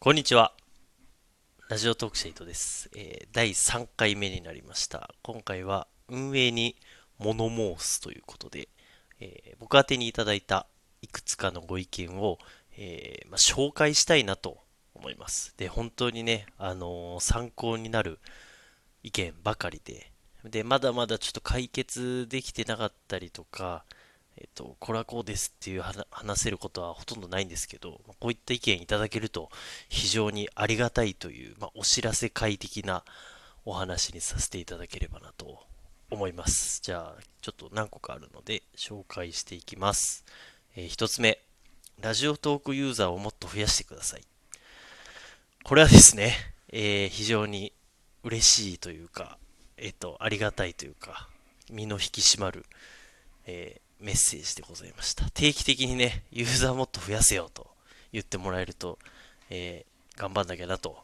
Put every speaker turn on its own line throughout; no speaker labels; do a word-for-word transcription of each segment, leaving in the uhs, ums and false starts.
こんにちは。ラジオトークシェイトです。えーだいさんかいめになりました。今回は運営に物申すということで、えー僕宛てにいただいたいくつかのご意見を、えーまあ、紹介したいなと思います。で、本当にね、あのー参考になる意見ばかりで、で、まだまだちょっと解決できてなかったりとか、えっと、これはこうですっていう話話せることはほとんどないんですけど、こういった意見いただけると非常にありがたいという、まあ、お知らせ会的なお話にさせていただければなと思います。じゃあ、ちょっと何個かあるので紹介していきます。えー、一つ目、ラジオトークユーザーをもっと増やしてください。これはですね、えー非常に嬉しいというか、えっと、ありがたいというか、身の引き締まる、えーメッセージでございました。定期的にね、ユーザーもっと増やせよと言ってもらえると、えー頑張んなきゃなと、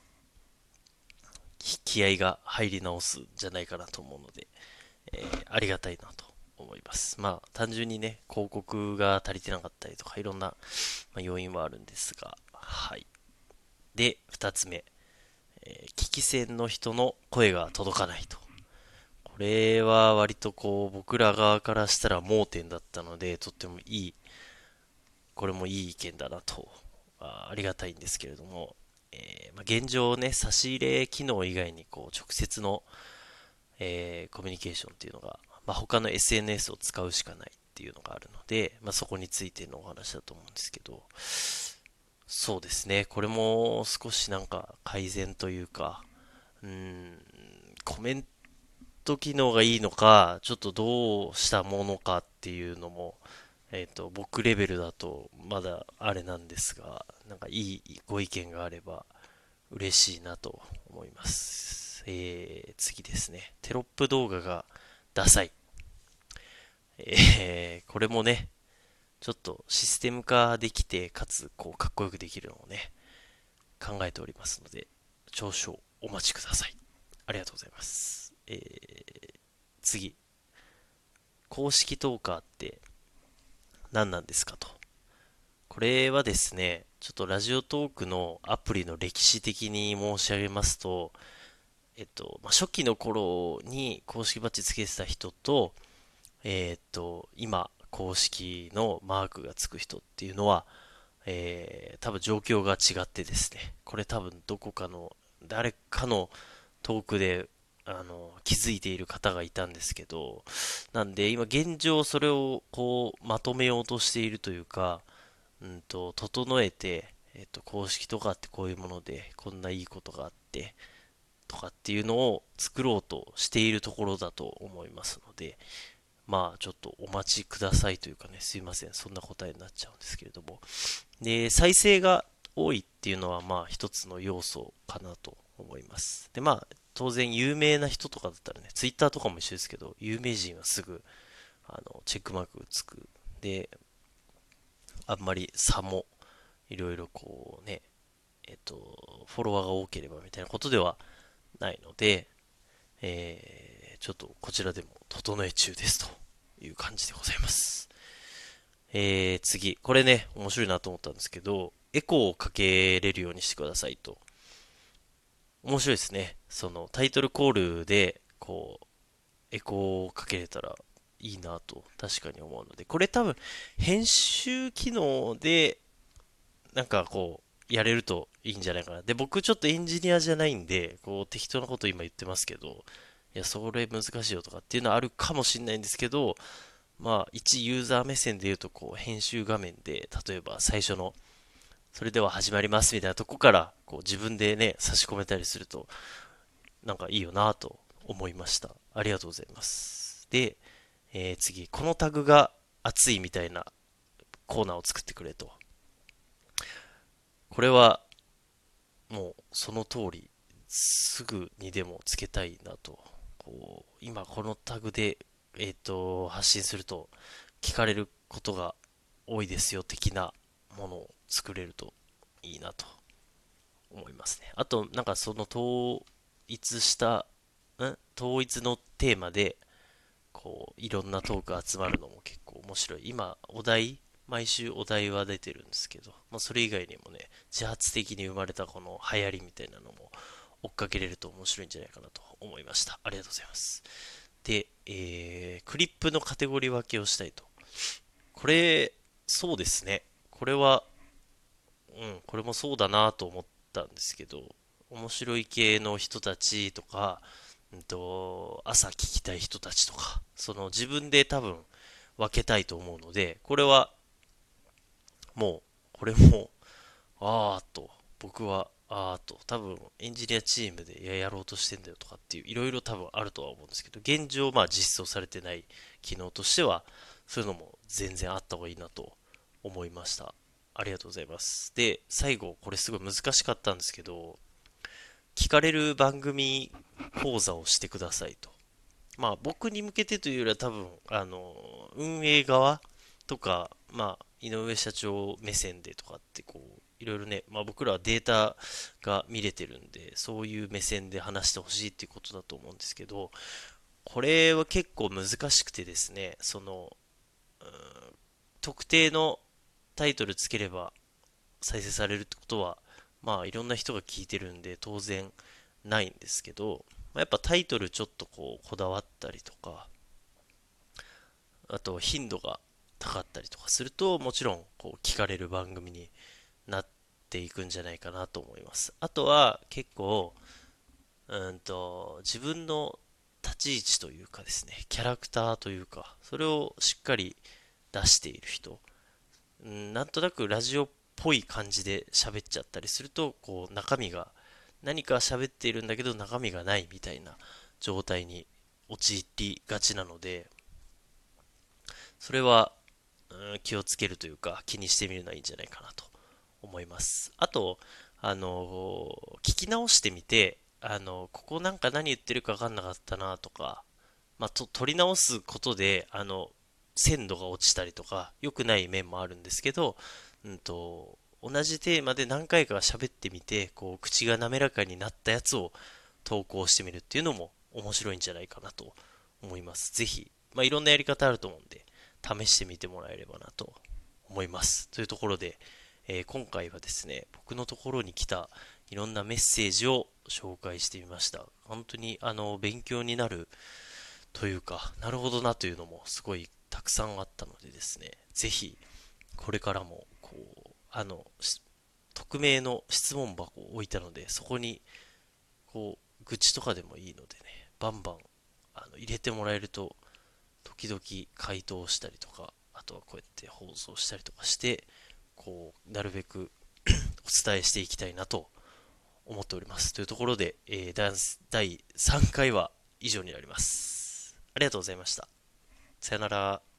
気合が入り直すんじゃないかなと思うので、えーありがたいなと思います。まあ、単純にね、広告が足りてなかったりとか、いろんな、まあ、要因はあるんですが、はい。で、二つ目、えー聞き戦の人の声が届かないと。これは割とこう、僕ら側からしたら盲点だったので、とってもいい、これもいい意見だなと、あありがたいんですけれども、えーまあ、現状ね、差し入れ機能以外にこう直接の、えーコミュニケーションっていうのが、まあ、他の エスエヌエス を使うしかないっていうのがあるので、まあ、そこについてのお話だと思うんですけど、そうですね、これも少しなんか改善というか、うーん、コメント機能がいいのか、ちょっとどうしたものかっていうのも、えっと、僕レベルだとまだあれなんですが、なんかいいご意見があれば嬉しいなと思います。えー、次ですね。テロップ動画がダサい。えー、これもね、ちょっとシステム化できて、かつ、こう、かっこよくできるのをね、考えておりますので、少々お待ちください。ありがとうございます。えー、次。公式トーカーって何なんですかと。これはですね、ちょっとラジオトークのアプリの歴史的に申し上げますと、えっと、まあ、初期の頃に公式バッジつけてた人と、えっと、今、公式のマークがつく人っていうのは、えー、多分状況が違ってですね、これ多分どこかの、誰かのトークで、あの、気づいている方がいたんですけど、なんで今現状それをこうまとめようとしているというか、うんと、整えて、えっと、公式とかってこういうもので、こんないいことがあって、とかっていうのを作ろうとしているところだと思いますので、まあ、ちょっとお待ちくださいというかね、すいません、そんな答えになっちゃうんですけれども。で、再生が多いっていうのは、まあ、一つの要素かなと思います。で、まあ、当然有名な人とかだったらね、ツイッターとかも一緒ですけど、有名人はすぐ、あの、チェックマークつく。で、あんまり差もいろいろこうね、えっと、フォロワーが多ければみたいなことではないので、えー、ちょっとこちらでも整え中ですという感じでございます。えー、次。これね、面白いなと思ったんですけど、エコーをかけれるようにしてくださいと。面白いですね。そのタイトルコールで、こう、エコーをかけれたらいいなと確かに思うので、これ多分編集機能でなんかこう、やれるといいんじゃないかな。で、僕ちょっとエンジニアじゃないんで、こう、適当なこと今言ってますけど、いや、それ難しいよとかっていうのはあるかもしれないんですけど、まあ、一ユーザー目線で言うと、こう、編集画面で、例えば最初の、それでは始まりますみたいなとこから、こう、自分でね、差し込めたりすると、なんかいいよなと思いました。ありがとうございます。で、えー次、このタグが熱いみたいなコーナーを作ってくれと。これはもうその通り、すぐにでもつけたいなと。こう、今このタグで、えっと、発信すると聞かれることが多いですよ的なものを作れるといいなと思いますね。あと、なんかその統一した、ん統一のテーマで、こう、いろんなトーク集まるのも結構面白い。今、お題、 毎週お題は出てるんですけど、まあ、それ以外にもね、自発的に生まれたこの流行りみたいなのも追っかけれると面白いんじゃないかなと思いました。ありがとうございます。で、えー、クリップのカテゴリー分けをしたいと。これ、そうですね。これは、うん、これもそうだなと思ったんですけど、面白い系の人たちとか、うんと、朝聞きたい人たちとか、その自分で多分分けたいと思うので、これはもう、これも、あーと、僕は、あーと、多分エンジニアチームでいややろうとしてんだよとかっていう、いろいろ多分あるとは思うんですけど、現状、まあ実装されてない機能としては、そういうのも全然あった方がいいなと思いました。ありがとうございます。で、最後、これすごい難しかったんですけど、聞かれる番組講座をしてくださいと。まあ僕に向けてというよりは多分、あの、運営側とか、まあ井上社長目線でとかってこう、いろいろね、まあ僕らはデータが見れてるんで、そういう目線で話してほしいっていうことだと思うんですけど、これは結構難しくてですね、その、うーん特定のタイトルつければ再生されるってことは、まあいろんな人が聞いてるんで当然ないんですけど、まあやっぱタイトルちょっとこうこだわったりとか、あと頻度が高かったりとかすると、もちろんこう聞かれる番組になっていくんじゃないかなと思います。あとは結構、うんと、自分の立ち位置というかですね、キャラクターというか、それをしっかり出している人、うん、なんとなくラジオっぽい感じで喋っちゃったりすると、こう中身が、何か喋っているんだけど中身がないみたいな状態に陥りがちなので、それは、うん、気をつけるというか気にしてみるのはいいんじゃないかなと思います。あと、あの聞き直してみて、あのここなんか何言ってるか分かんなかったなとか、まあ、と取り直すことで、あの、鮮度が落ちたりとか、良くない面もあるんですけど、うんと、同じテーマで何回か喋ってみて、こう、口が滑らかになったやつを投稿してみるっていうのも面白いんじゃないかなと思います。ぜひ、まあ、いろんなやり方あると思うんで、試してみてもらえればなと思います。というところで、えー今回はですね、僕のところに来たいろんなメッセージを紹介してみました。本当に、あの、勉強になるというか、なるほどなというのもすごいたくさんあったのでですね、ぜひこれからもこう、あの、匿名の質問箱を置いたので、そこにこう、愚痴とかでもいいのでね、バンバンあの入れてもらえると、時々回答したりとか、あとはこうやって放送したりとかして、こう、なるべくお伝えしていきたいなと思っております。というところで、えー、だいさんかいは以上になります。ありがとうございました。さよなら。